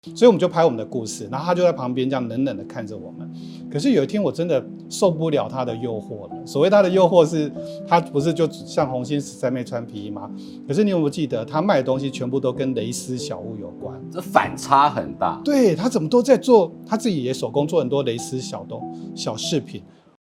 所以我们就拍我们的故事，然后他就在旁边这样冷冷的看着我们。可是有一天我真的受不了他的诱惑了。所谓他的诱惑是，他不是就像红心13妹穿皮衣吗？可是你有没有记得，他卖的东西全部都跟蕾丝小物有关？ 这反差很大。 对，他怎么都在做，他自己也手工做很多蕾丝小饰品。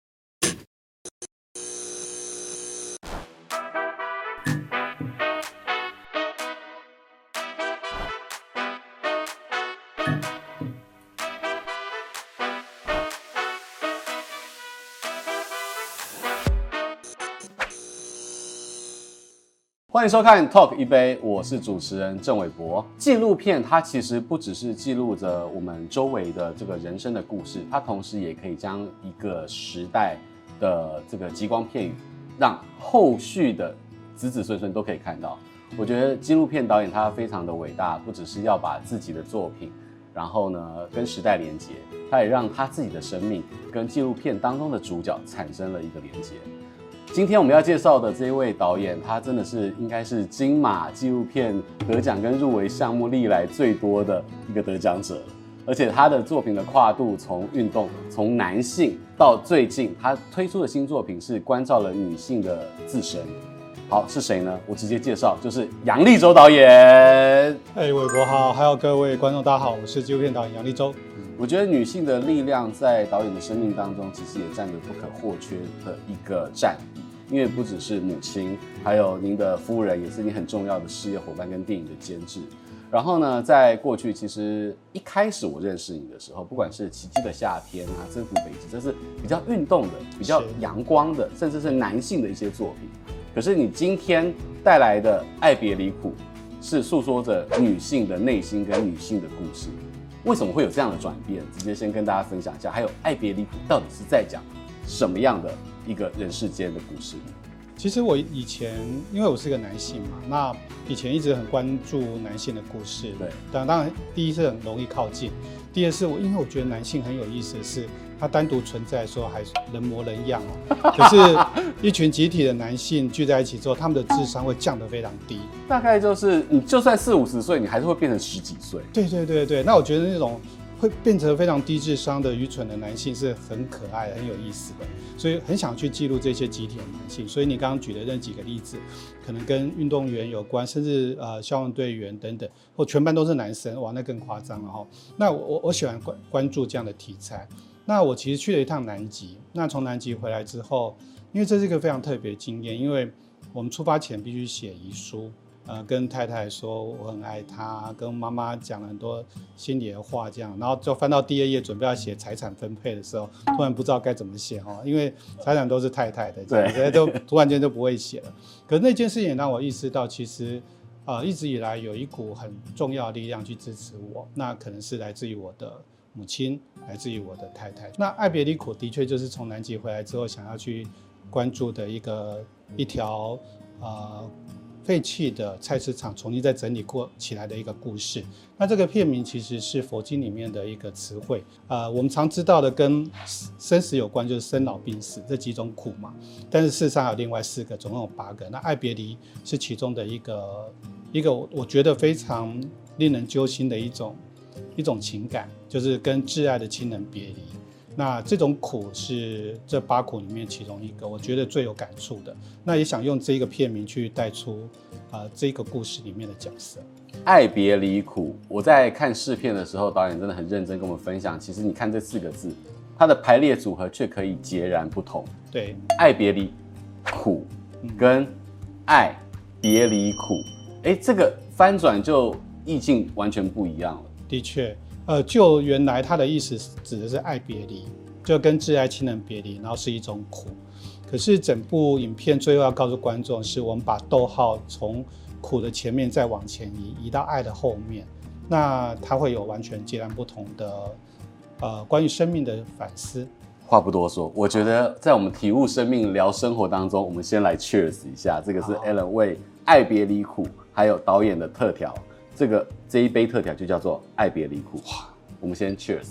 欢迎收看 Talk 一杯，我是主持人郑伟博。纪录片它其实不只是记录着我们周围的这个人生的故事，它同时也可以将一个时代的这个极光片语，让后续的子子孙孙都可以看到。我觉得纪录片导演他非常的伟大，不只是要把自己的作品，然后呢跟时代连结，他也让他自己的生命跟纪录片当中的主角产生了一个连结。今天我们要介绍的这一位导演，他真的是应该是金马纪录片得奖跟入围项目历来最多的一个得奖者，而且他的作品的跨度从运动，从男性到最近他推出的新作品是关照了女性的自身。好，是谁呢？我直接介绍，就是杨力州导演。 伟博好，还有各位观众大家好，我是纪录片导演杨力州。 我觉得女性的力量在导演的生命当中，其实也占着不可或缺的一个占比。因为不只是母亲，还有您的夫人，也是你很重要的事业伙伴跟电影的监制。然后呢，在过去其实一开始我认识你的时候，不管是《奇迹的夏天》啊，《征服北极》，这是比较运动的、比较阳光的，甚至是男性的一些作品。可是你今天带来的《爱别离苦》，是诉说着女性的内心跟女性的故事。为什么会有这样的转变？直接先跟大家分享一下。还有《爱别离苦》到底是在讲什么样的一个人世间的故事？ 其实我以前，因为我是个男性嘛，那以前一直很关注男性的故事。 对， 当然，第一是很容易靠近，第二是因为我觉得男性很有意思的是，他单独存在的时候还人模人样哦。可是，一群集体的男性聚在一起之后，他们的智商会降得非常低。 大概就是你就算40、50岁，你还是会变成10几岁。 对。那我觉得那种会变成非常低智商的愚蠢的男性是很可爱的、很有意思的，所以很想去记录这些集体的男性。所以你刚刚举的那几个例子，可能跟运动员有关，甚至消防队员等等，或全班都是男生，哇，那更夸张了哈。那我喜欢关注这样的题材。那我其实去了一趟南极，那从南极回来之后，因为这是一个非常特别的经验，因为我们出发前必须写遗书。跟太太说我很爱她，跟妈妈讲了很多心里的话，这样，然后就翻到第2页准备要写财产分配的时候，突然不知道该怎么写哈，因为财产都是太太的，对，就突然间就不会写了。可是那件事情也让我意识到，其实一直以来有一股很重要的力量去支持我，那可能是来自于我的母亲，来自于我的太太。那爱别离苦的确就是从南极回来之后想要去关注的一条废弃的菜市场重新再整理过起来的一个故事。那这个片名其实是佛经里面的一个词汇，我们常知道的跟生死有关，就是生老病死这几种苦嘛。但是事实上还有另外4个，总共有8个。那爱别离是其中的一个我觉得非常令人揪心的一种情感，就是跟挚爱的亲人别离。那这种苦是这8苦里面其中一个，我觉得最有感触的。那也想用这个片名去带出这个故事里面的角色。 爱别离苦，我在看试片的时候，导演真的很认真跟我们分享。其实你看这4个字，它的排列组合却可以截然不同。 对，爱别离苦跟爱别离苦，这个翻转就意境完全不一样了。 的确。就原来他的意思指的是爱别离，就跟挚爱亲人别离，然后是一种苦。可是整部影片最后要告诉观众，是我们把逗号从苦的前面再往前移到爱的后面，那它会有完全截然不同的关于生命的反思。 话不多说，我觉得在我们体悟生命、聊生活当中，我们先来 cheers 一下。这个是 Alan 为爱别离苦还有导演的特调。这一杯特调就叫做爱别离苦。我们先 cheers。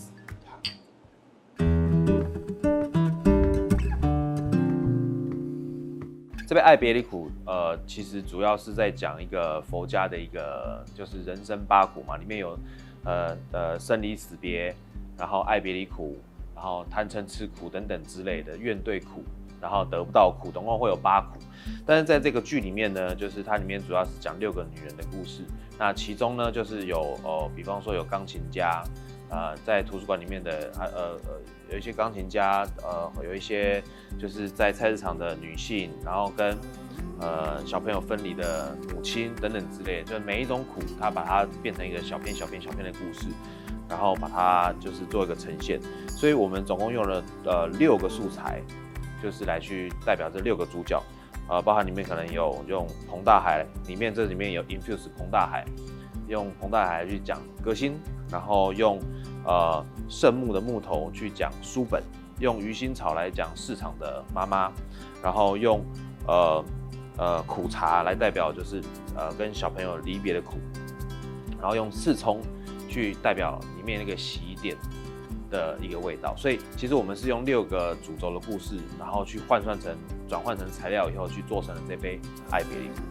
这杯爱别离苦，其实主要是在讲一个佛家的一个就是人生8苦嘛，里面有生离死别，然后爱别离苦，然后贪嗔痴苦等等之类的怨对苦，然后得不到苦，总共会有8苦。但是在这个剧里面呢，就是它里面主要是讲6个女人的故事。那其中呢，就是有比方说有钢琴家，在图书馆里面的有一些钢琴家，有一些就是在菜市场的女性，然后跟小朋友分离的母亲等等之类的，就是每一种苦，它把它变成一个小篇的故事，然后把它就是做一个呈现。所以我们总共用了6个素材，就是来去代表这6个主角，包含里面可能有用彭大海，里面有 infuse 彭大海，用彭大海去讲革新，然后用圣木的木头去讲书本，用鱼腥草来讲市场的妈妈，然后用苦茶来代表就是跟小朋友离别的苦，然后用刺葱去代表里面那个洗衣店的一个味道。所以其实我们是用6个主轴的故事，然后去转换成材料以后，去做成了这杯爱别离苦。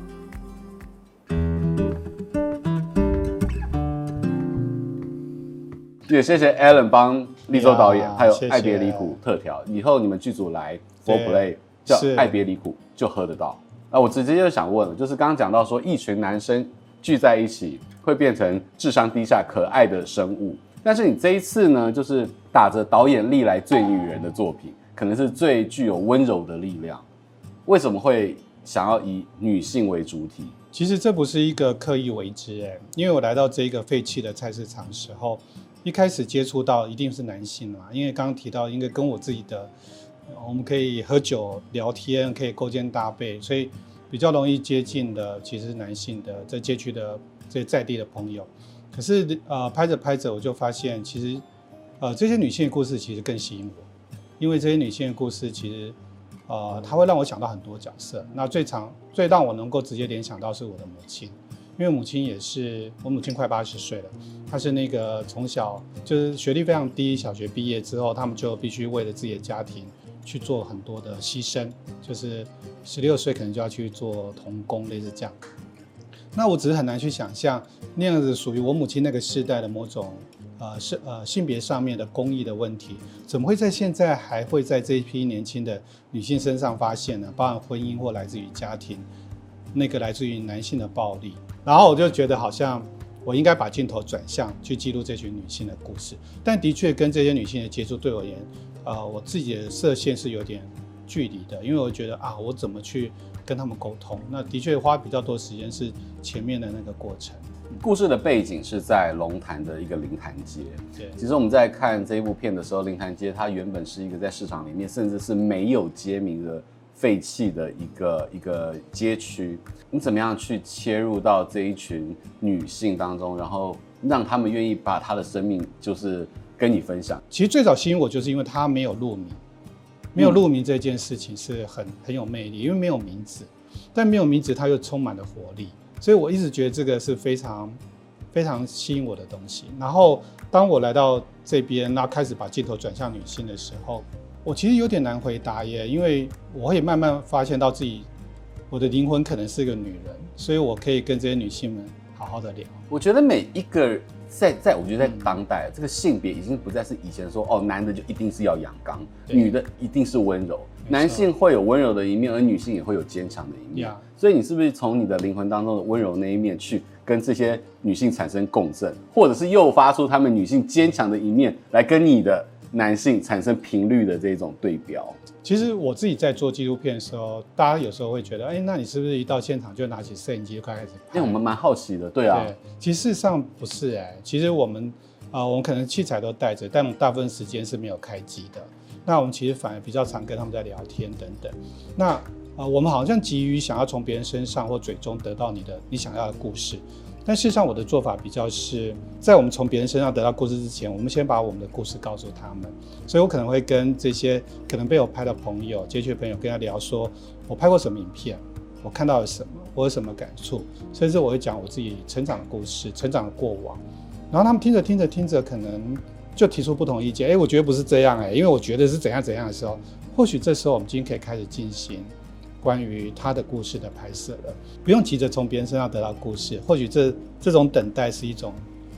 也谢谢 Alan 帮立州导演，还有谢谢爱别离苦特调。以后你们剧组来 For Play 叫爱别离苦就喝得到。我直接就想问了，就是刚刚讲到说一群男生聚在一起会变成智商低下可爱的生物，但是你这一次呢，就是打着导演历来最女人的作品，可能是最具有温柔的力量，为什么会想要以女性为主体？ 其实这不是一个刻意为之因为我来到这个废弃的菜市场的时候，一开始接触到一定是男性嘛，因为刚刚提到应该跟我自己的，我们可以喝酒聊天，可以勾肩搭背，所以比较容易接近的其实是男性的在街区的这些在地的朋友。可是拍着拍着我就发现，其实这些女性的故事其实更吸引我，因为这些女性的故事其实它会让我想到很多角色。那最让我能够直接联想到是我的母亲，因为我母亲快80岁了，她是那个从小就是学历非常低，小学毕业之后，他们就必须为了自己的家庭去做很多的牺牲，就是16岁可能就要去做童工，类似这样。那我只是很难去想象那样子属于我母亲那个世代的某种性别上面的公益的问题，怎么会在现在还会在这一批年轻的女性身上发现呢？包含婚姻或来自于家庭那个来自于男性的暴力。然后我就觉得好像我应该把镜头转向去记录这群女性的故事，但的确跟这些女性的接触对我而言，我自己的射线是有点距离的，因为我觉得我怎么去跟他们沟通？那的确花比较多时间是前面的那个过程。 故事的背景是在龙潭的一个灵潭街。 对， 其实我们在看这一部片的时候，灵潭街它原本是一个在市场里面甚至是没有街名的废弃的一个街区。你怎么样去切入到这一群女性当中，然后让她们愿意把她的生命就是跟你分享？ 其实最早吸引我就是因为她没有路名，没有路名这件事情是很有魅力，因为没有名字，但没有名字它又充满了活力。所以我一直觉得这个是非常非常吸引我的东西。然后当我来到这边，那开始把镜头转向女性的时候，我其实有点难回答耶，因为我会慢慢发现到自己，我的灵魂可能是个女人，所以我可以跟这些女性们好好的聊。 我觉得每一个我觉得在当代，这个性别已经不再是以前说男的就一定是要阳刚，女的一定是温柔。男性会有温柔的一面，而女性也会有坚强的一面。所以你是不是从你的灵魂当中的温柔那一面去跟这些女性产生共振，或者是诱发出她们女性坚强的一面，来跟你的男性产生频率的这种对标？ 其实我自己在做纪录片的时候，大家有时候会觉得，那你是不是一到现场就拿起摄影机就开始拍？ 我们蛮好奇的，对啊。 对，其实事实上不是其实我们可能器材都带着，但我们大部分时间是没有开机的。那我们其实反而比较常跟他们在聊天等等。那我们好像急于想要从别人身上或嘴中得到你想要的故事，但事实上我的做法比较是在我们从别人身上得到故事之前，我们先把我们的故事告诉他们。所以我可能会跟这些可能被我拍的朋友、街区朋友跟他聊说，我拍过什么影片，我看到了什么，我有什么感触，甚至我会讲我自己成长的故事、成长的过往。然后他们听着可能就提出不同意见，我觉得不是这样因为我觉得是怎样的时候，或许这时候我们今天可以开始进行关于他的故事的拍摄了，不用急着从别人身上得到故事，或许这种等待是一种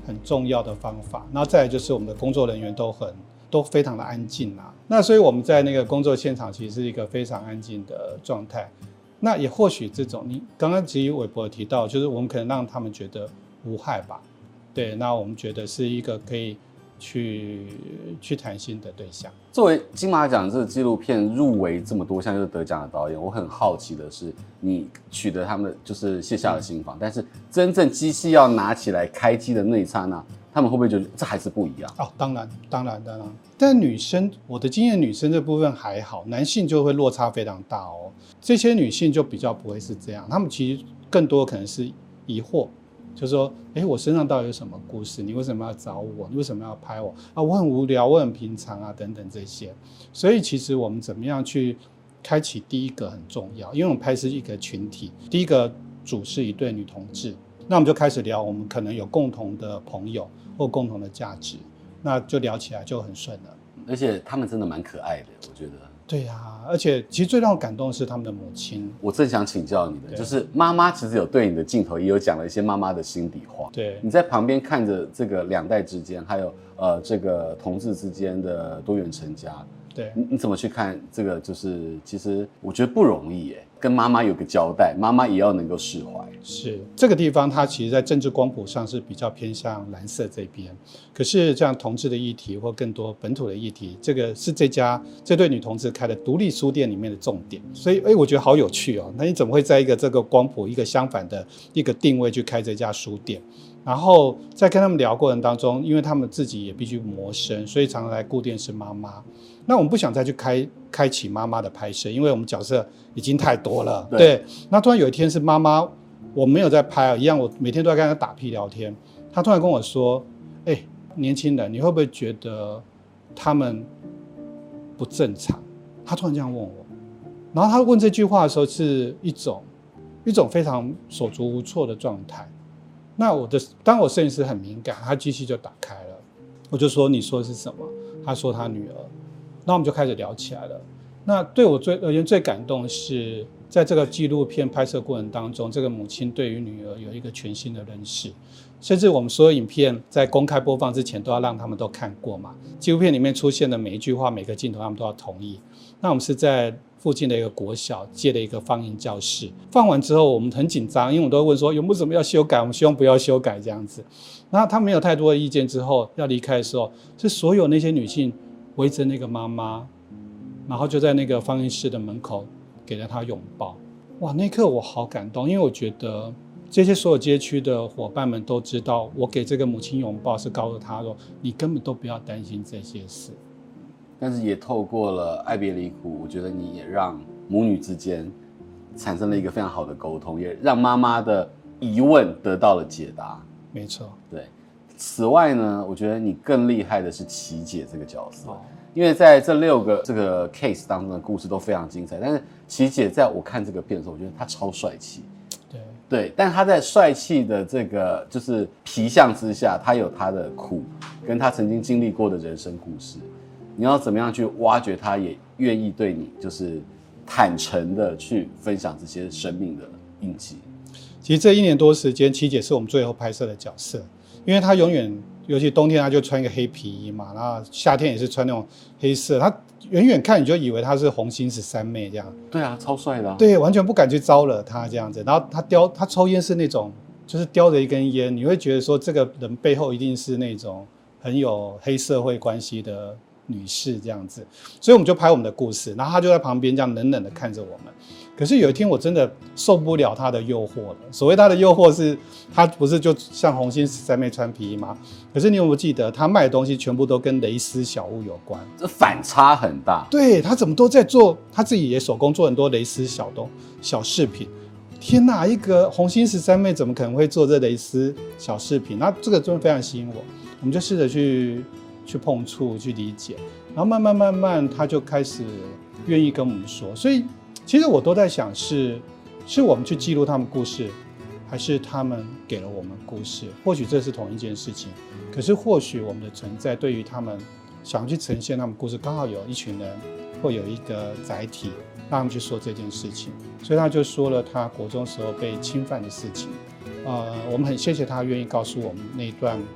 很重要的方法。然后再来就是我们的工作人员都非常的安静啊。那所以我们在那个工作现场其实是一个非常安静的状态。那也或许这种你刚刚其实韦伯提到，就是我们可能让他们觉得无害吧。对，那我们觉得是一个可以去谈心的对象。 作为金马奖这个纪录片入围这么多项又得奖的导演，我很好奇的是，你取得他们就是卸下了心防，但是真正机器要拿起来开机的那一刹那，他们会不会觉得这还是不一样？ 哦，当然。但女生，我的经验，女生这部分还好，男性就会落差非常大哦。这些女性就比较不会是这样，她们其实更多可能是疑惑。就是说，我身上到底有什么故事？你为什么要找我？你为什么要拍我啊？我很无聊，我很平常啊，等等这些。所以其实我们怎么样去开启第一个很重要，因为我们拍是一个群体，第一个主是一对女同志，那我们就开始聊，我们可能有共同的朋友或共同的价值，那就聊起来就很顺了。 而且他们真的蛮可爱的，我觉得。 对啊，而且其实最让我感动的是他们的母亲。 我正想请教你的，就是妈妈其实有对你的镜头也有讲了一些妈妈的心底话。 对， 你在旁边看着这个两代之间，还有这个同志之间的多元成家， 对， 你怎么去看这个？就是其实我觉得不容易耶，跟妈妈有个交代，妈妈也要能够释怀。是这个地方，它其实在政治光谱上是比较偏向蓝色这边，可是这样同志的议题或更多本土的议题，这个是这对女同志开的独立书店里面的重点。所以我觉得好有趣哦。那你怎么会在一个这个光谱一个相反的一个定位去开这家书店？然后在跟他们聊过程当中，因为他们自己也必须谋生，所以常常来顾店是妈妈。那我们不想再去开启妈妈的拍摄，因为我们角色已经太多了。对，那突然有一天是妈妈，我没有在拍一样，我每天都在跟她打屁聊天。她突然跟我说：“年轻人，你会不会觉得他们不正常？”她突然这样问我，然后她问这句话的时候是一种非常手足无措的状态。那当我摄影师很敏感，他机器就打开了，我就说：“你说的是什么？”他说他女儿。那我们就开始聊起来了。那对我而言最感动的是，在这个纪录片拍摄过程当中，这个母亲对于女儿有一个全新的认识，甚至我们所有影片在公开播放之前都要让他们都看过嘛。纪录片里面出现的每一句话、每个镜头，他们都要同意。那我们是在附近的一个国小借了一个放映教室，放完之后我们很紧张，因为我们都会问说有没有什么要修改，我们希望不要修改这样子。那他没有太多的意见之后，要离开的时候，是所有那些女性围着那个妈妈，然后就在那个放映室的门口给了她拥抱。哇，那一刻我好感动，因为我觉得这些所有街区的伙伴们都知道，我给这个母亲拥抱是告诉她说，你根本都不要担心这些事。 但是也透过了爱别离苦，我觉得你也让母女之间产生了一个非常好的沟通，也让妈妈的疑问得到了解答。 没错， 对。此外呢，我觉得你更厉害的是琪姐这个角色，因为在这6个这个 case 当中的故事都非常精彩，但是琪姐在我看这个片的时候，我觉得她超帅气。对，但她在帅气的这个就是皮相之下，她有她的苦，跟她曾经经历过的人生故事。你要怎么样去挖掘她，也愿意对你就是坦诚的去分享这些生命的印记。 其实这1年多时间，琪姐是我们最后拍摄的角色，因为她永远，尤其冬天她就穿一个黑皮衣嘛，然后夏天也是穿那种黑色，她远远看你就以为她是红星13妹这样。 对啊，超帅的对，完全不敢去招惹她这样子。然后她抽烟是那种就是叼着一根烟，你会觉得说这个人背后一定是那种很有黑社会关系的女士这样子。所以我们就拍我们的故事，然后她就在旁边这样冷冷的看着我们。可是有一天我真的受不了她的诱惑了。所谓她的诱惑是，她不是就像红星13妹穿皮衣吗？可是你有没有记得，她卖的东西全部都跟蕾丝小物有关？ 这反差很大。 对，她怎么都在做，她自己也手工做很多蕾丝小饰品。天哪，一个红星13妹怎么可能会做这蕾丝小饰品？那这个真的非常吸引我。我们就试着去碰触、去理解，然后慢慢，她就开始愿意跟我们说。所以其实我都在想是我们去记录他们故事，还是他们给了我们故事？或许这是同一件事情，可是或许我们的存在对于他们想去呈现他们故事，刚好有一群人或有一个载体让他们去说这件事情。所以他就说了他国中时候被侵犯的事情。我们很谢谢他愿意告诉我们那一段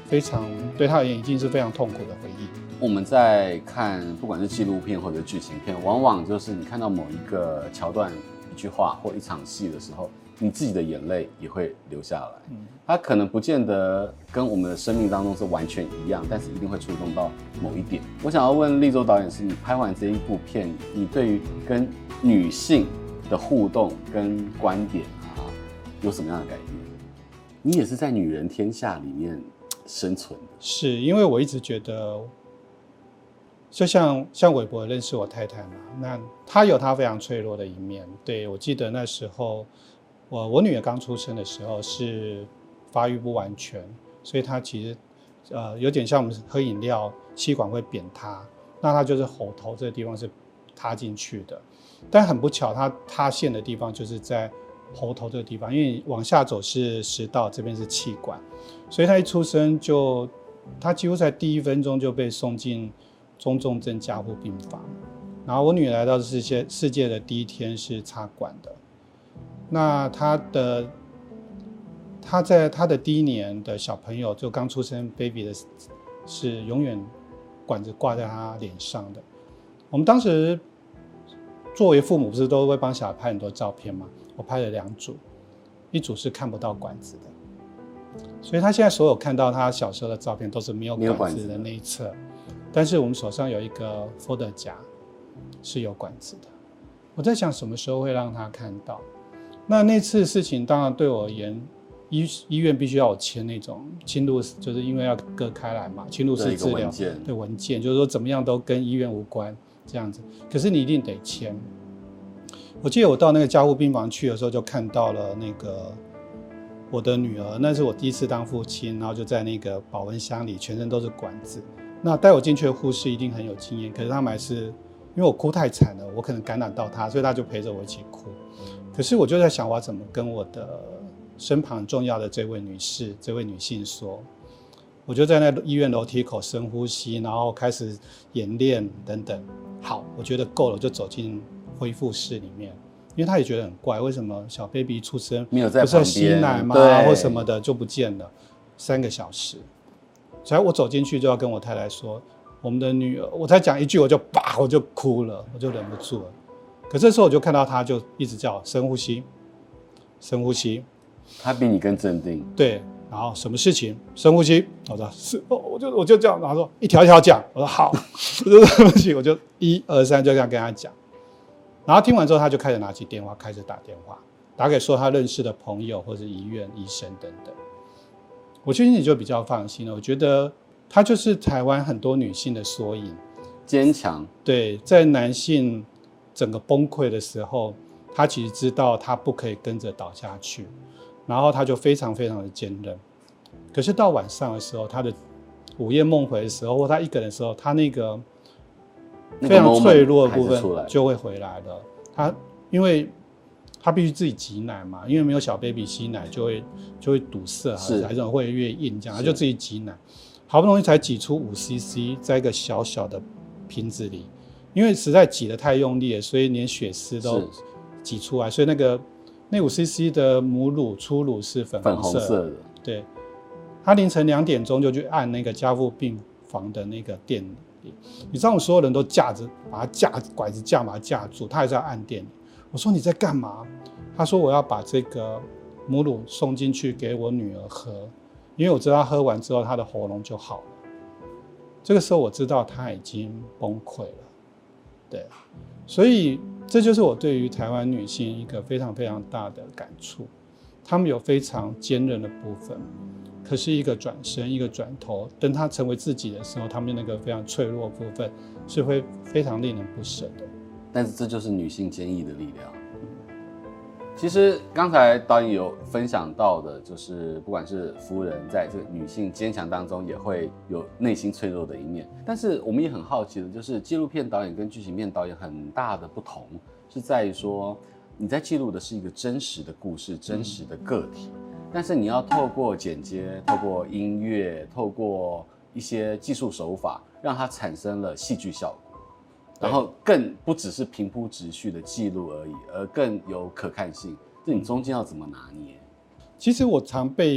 非常对他而言已经是非常痛苦的回忆。 我们在看不管是纪录片或者剧情片，往往就是你看到某一个桥段、一句话或一场戏的时候，你自己的眼泪也会流下来。它可能不见得跟我们的生命当中是完全一样，但是一定会触动到某一点。我想要问立州导演，是你拍完这一部片，你对于跟女性的互动跟观点啊，有什么样的改变？你也是在女人天下里面生存的。 是因为我一直觉得，就像韦伯认识我太太嘛，那她有她非常脆弱的一面。对，我记得那时候我女儿刚出生的时候是发育不完全，所以她其实有点像我们喝饮料吸管会扁塌，那她就是喉头这个地方是塌进去的，但很不巧，她塌陷的地方就是在喉头这个地方，因为往下走是食道，这边是气管，所以她一出生她几乎在第1分钟就被送进中重症加护病房。然后我女儿来到世界的第1天是插管的。那她在她的第1年的小朋友，就刚出生 baby 的，是永远管子挂在她脸上的。我们当时作为父母，不是都会帮小孩拍很多照片吗？我拍了2组，一组是看不到管子的，所以他现在所有看到他小时候的照片都是没有管子的那一侧，但是我们手上有一个 folder 夹是有管子的。我在想什么时候会让他看到。那次事情当然对我而言，医院必须要我签那种侵入，就是因为要割开来嘛，侵入式治疗的文件，就是说怎么样都跟医院无关这样子。可是你一定得签。我记得我到那个加护病房去的时候，就看到了那个我的女儿，那是我第1次当父亲，然后就在那个保温箱里，全身都是管子。那带我进去的护士一定很有经验，可是他们还是因为我哭太惨了，我可能感染到她，所以她就陪着我一起哭。可是我就在想，我要怎么跟我的身旁重要的这位女士、这位女性说？我就在那医院楼梯口深呼吸，然后开始演练等等。好，我觉得够了，就走进恢复室里面，因为他也觉得很怪，为什么小 baby 出生没有在旁边， 不是吸奶吗？或什么的就不见了，3个小时。所以我走进去就要跟我太太说，我们的女儿，我才讲一句我就哭了，我就忍不住了。可这时候我就看到他就一直叫深呼吸，深呼吸。 他比你更镇定。 对，然后什么事情？深呼吸。我说是，我就这样，然后说一条一条讲。我说好，我就深呼吸，我就1、2、3就这样跟他讲。然后听完之后，他就开始拿起电话，开始打电话，打给说他认识的朋友或者医院医生等等。我心里就比较放心了。我觉得他就是台湾很多女性的缩影， 坚强。 对，在男性整个崩溃的时候，他其实知道他不可以跟着倒下去，然后他就非常非常的坚韧。可是到晚上的时候，他的午夜梦回的时候，或他一个人的时候，他那个非常脆弱的部分就会回来了。因为他必须自己挤奶嘛，因为没有小 baby 吸奶就会堵塞，还是会越硬这样，他就自己挤奶，好不容易才挤出5cc， 在一个小小的瓶子里，因为实在挤得太用力了，所以连血丝都挤出来，所以那5cc 的母乳初乳是粉红色的。对，他凌晨2点钟就去按那个加护病房的那个电里，你知道我们所有人都架着把他拐子架把他架住，他还是要按电。我说你在干嘛？他说我要把这个母乳送进去给我女儿喝，因为我知道她喝完之后她的喉咙就好了。这个时候我知道她已经崩溃了。对，所以这就是我对于台湾女性一个非常非常大的感触。她们有非常坚韧的部分，可是一个转身一个转头，等她成为自己的时候，她们那个非常脆弱的部分是会非常令人不舍的。 但是这就是女性坚毅的力量。其实刚才导演有分享到的，就是不管是夫人在这个女性坚强当中，也会有内心脆弱的一面。但是我们也很好奇的，就是纪录片导演跟剧情片导演很大的不同，是在于说你在记录的是一个真实的故事，真实的个体，但是你要透过剪接，透过音乐，透过一些技术手法，让它产生了戏剧效果。然后更不只是平铺直叙的记录而已，而更有可看性。这你中间要怎么拿捏？ 其实我常被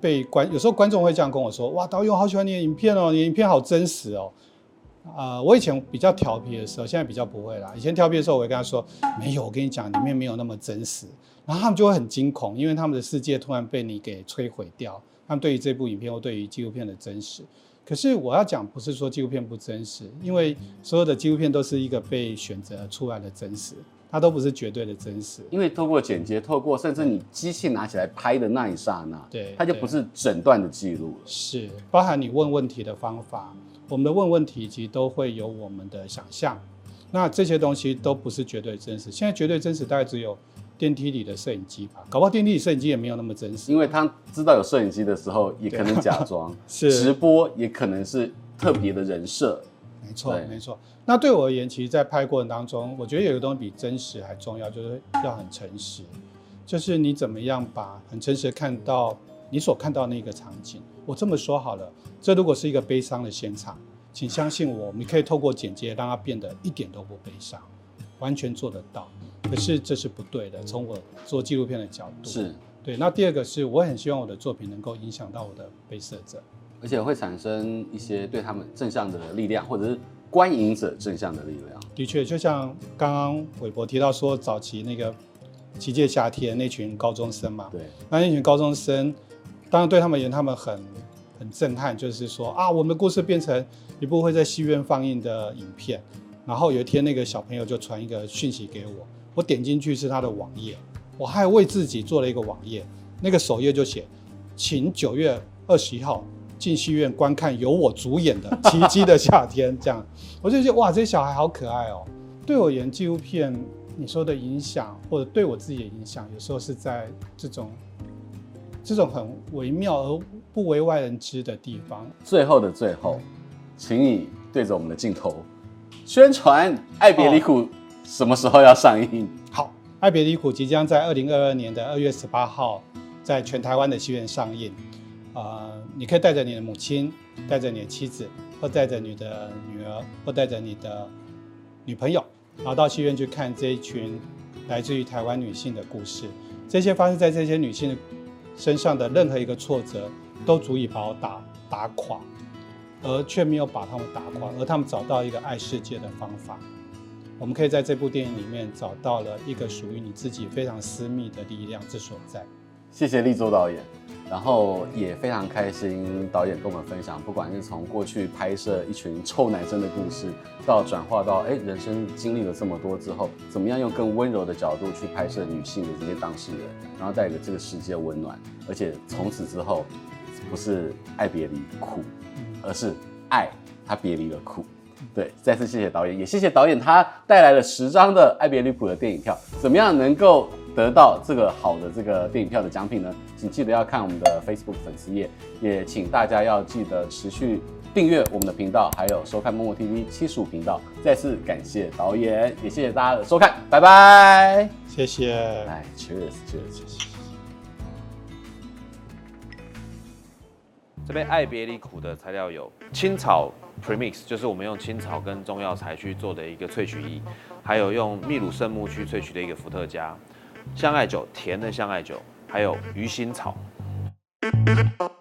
有时候观众会这样跟我说：“哇，导演，我好喜欢你的影片哦，你的影片好真实哦。”我以前比较调皮的时候，现在比较不会啦。以前调皮的时候，我会跟他说：“没有，我跟你讲，里面没有那么真实。”然后他们就会很惊恐，因为他们的世界突然被你给摧毁掉。他们对于这部影片或对于纪录片的真实。可是我要讲，不是说纪录片不真实，因为所有的纪录片都是一个被选择出来的真实，它都不是绝对的真实。 因为透过剪接，透过甚至你机器拿起来拍的那一刹那， 对， 它就不是整段的记录了。 是，包含你问问题的方法，我们的问问题其实都会有我们的想象，那这些东西都不是绝对真实。现在绝对真实大概只有电梯里的摄影机吧，搞不好电梯里摄影机也没有那么真实。 因为他知道有摄影机的时候，也可能假装是直播，也可能是特别的人设。 没错，没错。那对我而言，其实，在拍过程当中，我觉得有一个东西比真实还重要，就是要很诚实。就是你怎么样把很诚实的看到你所看到的那个场景。我这么说好了，这如果是一个悲伤的现场，请相信我，你可以透过剪接让它变得一点都不悲伤，完全做得到。可是这是不对的，从我做纪录片的角度是对。那第二个是，我很希望我的作品能够影响到我的被摄者， 而且会产生一些对他们正向的力量，或者是观影者正向的力量。 的确，就像刚刚韦伯提到说，早期那个奇迹夏天那群高中生嘛， 对， 那群高中生，当然对他们而言，他们很震撼，就是说啊，我们的故事变成一部会在戏院放映的影片。然后有一天，那个小朋友就传一个讯息给我，我点进去是他的网页，我还为自己做了一个网页，那个首页就写，请9月21号进戏院观看由我主演的《奇迹的夏天》。这样，我就觉得哇，这些小孩好可爱哦。对我而言，纪录片你说的影响，或者对我自己的影响，有时候是在这种很微妙而不为外人知的地方。 最后的最后，请你对着我们的镜头宣传《爱别离苦》什么时候要上映？ 好，《爱别离苦》即将在2022年的2月18号在全台湾的戏院上映。你可以带着你的母亲，带着你的妻子，或带着你的女儿，或带着你的女朋友，然后到戏院去看这一群来自于台湾女性的故事。这些发生在这些女性身上的任何一个挫折，都足以把我打垮，而却没有把他们打垮，而他们找到一个爱世界的方法。我们可以在这部电影里面找到了一个属于你自己非常私密的力量之所在。 谢谢立州导演，然后也非常开心导演跟我们分享，不管是从过去拍摄一群臭男生的故事，到转化到人生经历了这么多之后，怎么样用更温柔的角度去拍摄女性的这些当事人，然后带给这个世界温暖，而且从此之后不是爱别离苦，而是爱他别离了苦。对，再次谢谢导演，也谢谢导演他带来了10张的爱别离苦的电影票。怎么样能够得到这个好的这个电影票的奖品呢？请记得要看我们的 Facebook 粉丝页，也请大家要记得持续订阅我们的频道，还有收看默默 TV 75频道。再次感谢导演，也谢谢大家的收看，拜拜。 谢谢。 来 ，Cheers。 这边爱别离苦的材料有青草 premix， 就是我们用青草跟中药材去做的一个萃取液，还有用秘鲁圣木去萃取的一个伏特加，香艾酒，甜的香艾酒，还有鱼腥草。